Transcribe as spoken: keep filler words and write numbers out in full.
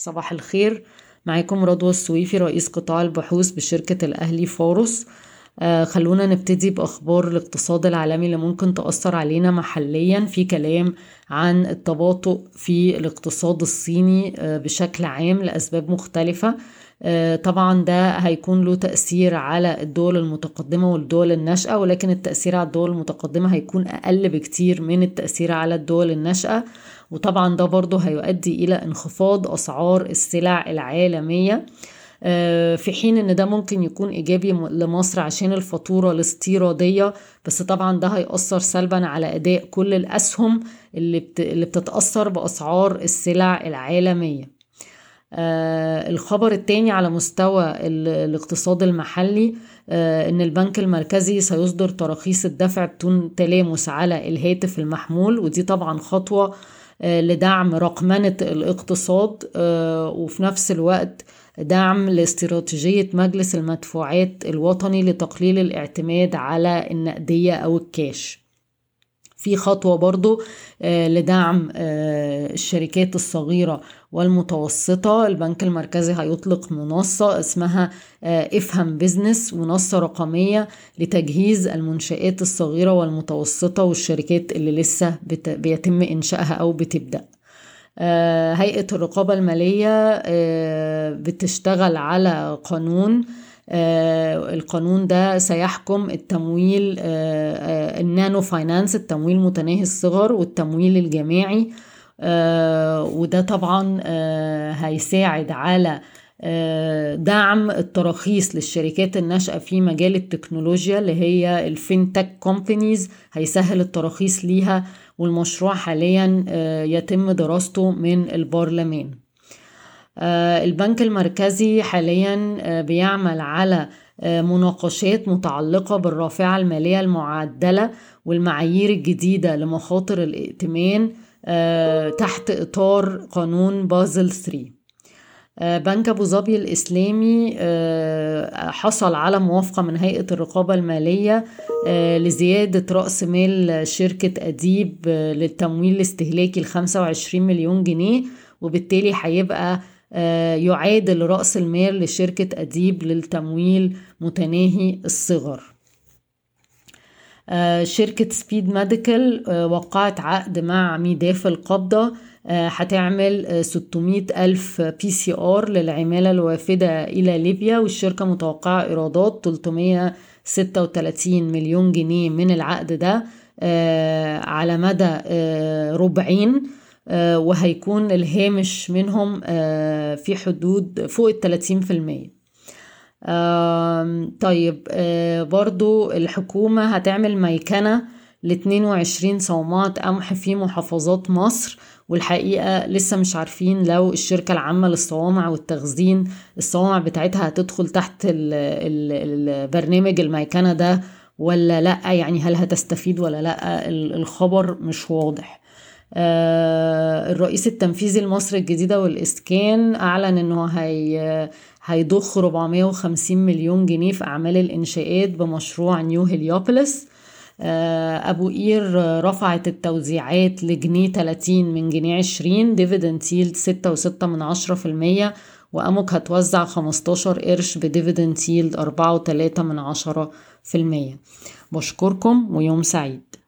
صباح الخير. معاكم رضوى السويفي رئيس قطاع البحوث بشركة الأهلي فورس. آه خلونا نبتدي بأخبار الاقتصاد العالمي اللي ممكن تأثر علينا محليا. في كلام عن التباطؤ في الاقتصاد الصيني آه بشكل عام لأسباب مختلفة. آه طبعا ده هيكون له تأثير على الدول المتقدمة والدول الناشئة، ولكن التأثير على الدول المتقدمة هيكون أقل بكتير من التأثير على الدول الناشئة، وطبعا ده برضو هيؤدي إلى انخفاض أسعار السلع العالمية، في حين ان ده ممكن يكون ايجابي لمصر عشان الفاتورة الاستيرادية، بس طبعا ده هيأثر سلبا على اداء كل الاسهم اللي, بت... اللي بتتأثر باسعار السلع العالمية. آه الخبر التاني على مستوى ال... الاقتصاد المحلي، آه ان البنك المركزي سيصدر تراخيص الدفع بدون تلامس على الهاتف المحمول، ودي طبعا خطوة آه لدعم رقمنة الاقتصاد، آه وفي نفس الوقت دعم لاستراتيجية مجلس المدفوعات الوطني لتقليل الاعتماد على النقدية أو الكاش. في خطوة برضو لدعم الشركات الصغيرة والمتوسطة. البنك المركزي هيطلق منصة اسمها افهم بيزنس، منصة رقمية لتجهيز المنشآت الصغيرة والمتوسطة والشركات اللي لسه بيتم إنشائها أو بتبدأ. هيئة الرقابة المالية بتشتغل على قانون، القانون ده سيحكم التمويل النانو فاينانس، التمويل متناهي الصغر والتمويل الجماعي، وده طبعا هيساعد على دعم التراخيص للشركات الناشئة في مجال التكنولوجيا اللي هي الفينتك كومبانيز، هيسهل التراخيص ليها، والمشروع حاليا يتم دراسته من البرلمان. البنك المركزي حاليا بيعمل على مناقشات متعلقة بالرافعة المالية المعدلة والمعايير الجديدة لمخاطر الائتمان تحت إطار قانون بازل ثلاثة. بنك أبو ظبي الإسلامي حصل على موافقة من هيئة الرقابة المالية لزيادة رأس مال شركة أديب للتمويل الاستهلاكي لخمسة وعشرين مليون جنيه، وبالتالي هيبقى يعادل رأس المال لشركة أديب للتمويل متناهي الصغر. شركة سبيد ميديكال وقعت عقد مع ميداف القبضة، هتعمل ستمائة ألف بي سي آر للعمالة الوافدة إلى ليبيا، والشركة متوقعة إيرادات ثلاثمائة وستة وثلاثين مليون جنيه من العقد ده على مدى ربعين، وهيكون الهامش منهم في حدود فوق الثلاثين في المية. طيب برضو الحكومة هتعمل ميكنة ل اثنين وعشرين صومعة قمح في محافظات مصر، والحقيقة لسه مش عارفين لو الشركة العامة للصوامع والتخزين الصوامع بتاعتها هتدخل تحت البرنامج الميكنة ده ولا لأ، يعني هل هتستفيد ولا لأ، الخبر مش واضح. الرئيس التنفيذي المصري الجديدة والإسكان أعلن أنه هي هيضخ أربعمائة وخمسين مليون جنيه في أعمال الإنشاءات بمشروع نيو هيليوبوليس. أبو قير رفعت التوزيعات لجنيه ثلاثين من جنيه عشرين، ديفيدند ييلد ستة وستة من عشرة في المية، وأمك هتوزع خمستاشر قرش بديفيدند ييلد أربعة وثلاثة من عشرة في المية. بشكركم ويوم سعيد.